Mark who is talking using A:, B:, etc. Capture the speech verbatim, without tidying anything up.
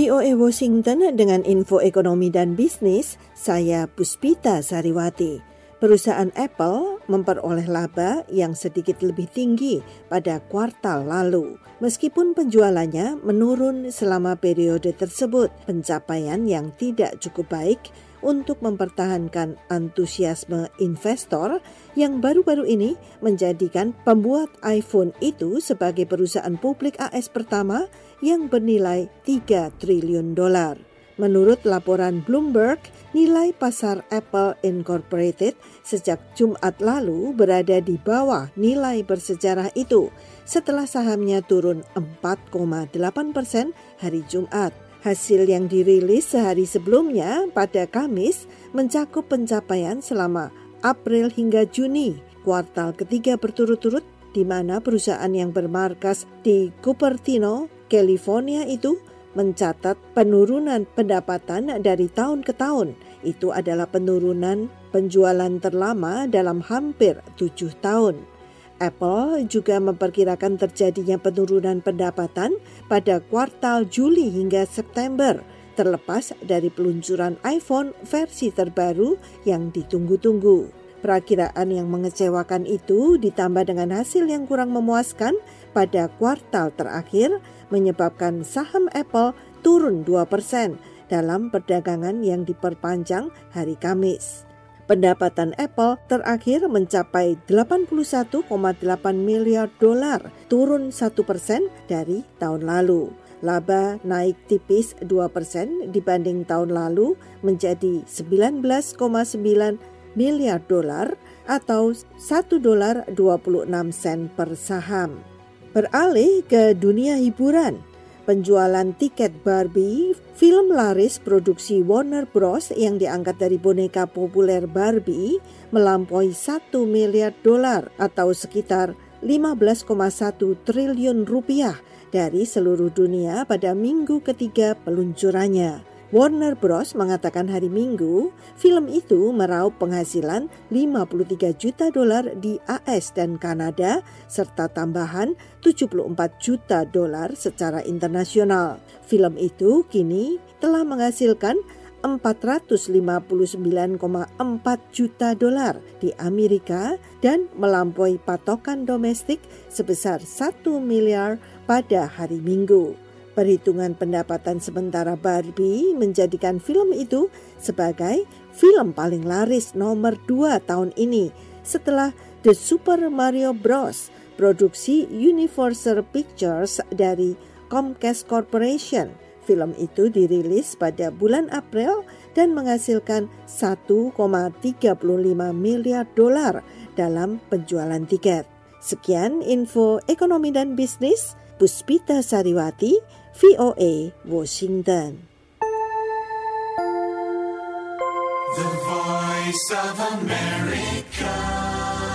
A: V O A Washington dengan info ekonomi dan bisnis, saya Puspita Sariwati. Perusahaan Apple memperoleh laba yang sedikit lebih tinggi pada kuartal lalu. Meskipun penjualannya menurun selama periode tersebut, pencapaian yang tidak cukup baik untuk mempertahankan antusiasme investor yang baru-baru ini menjadikan pembuat iPhone itu sebagai perusahaan publik A S pertama yang bernilai tiga triliun dolar. Menurut laporan Bloomberg, nilai pasar Apple Incorporated sejak Jumat lalu berada di bawah nilai bersejarah itu setelah sahamnya turun empat koma delapan persen hari Jumat. Hasil yang dirilis sehari sebelumnya pada Kamis mencakup pencapaian selama April hingga Juni, kuartal ketiga berturut-turut, di mana perusahaan yang bermarkas di Cupertino, California itu mencatat penurunan pendapatan dari tahun ke tahun. Itu adalah penurunan penjualan terlama dalam hampir tujuh tahun. Apple juga memperkirakan terjadinya penurunan pendapatan pada kuartal Juli hingga September, terlepas dari peluncuran iPhone versi terbaru yang ditunggu-tunggu. Perakiraan yang mengecewakan itu ditambah dengan hasil yang kurang memuaskan pada kuartal terakhir menyebabkan saham Apple turun dua persen dalam perdagangan yang diperpanjang hari Kamis. Pendapatan Apple terakhir mencapai delapan puluh satu koma delapan miliar dolar, turun satu persen dari tahun lalu. Laba naik tipis dua persen dibanding tahun lalu menjadi sembilan belas koma sembilan miliar dolar atau satu dolar dua puluh enam sen per saham. Beralih ke dunia hiburan, penjualan tiket Barbie, film laris produksi Warner Bros. Yang diangkat dari boneka populer Barbie, melampaui satu miliar dolar atau sekitar lima belas koma satu triliun rupiah dari seluruh dunia pada minggu ketiga peluncurannya. Warner Bros. Mengatakan hari Minggu, film itu meraup penghasilan lima puluh tiga juta dolar di A S dan Kanada, serta tambahan tujuh puluh empat juta dolar secara internasional. Film itu kini telah menghasilkan empat ratus lima puluh sembilan koma empat juta dolar di Amerika dan melampaui patokan domestik sebesar satu miliar pada hari Minggu. Perhitungan pendapatan sementara Barbie menjadikan film itu sebagai film paling laris nomor dua tahun ini setelah The Super Mario Bros. Produksi Universal Pictures dari Comcast Corporation. Film itu dirilis pada bulan April dan menghasilkan satu koma tiga lima miliar dolar dalam penjualan tiket. Sekian info ekonomi dan bisnis, Puspita Sariwati, V O A Washington.
B: The Voice of America.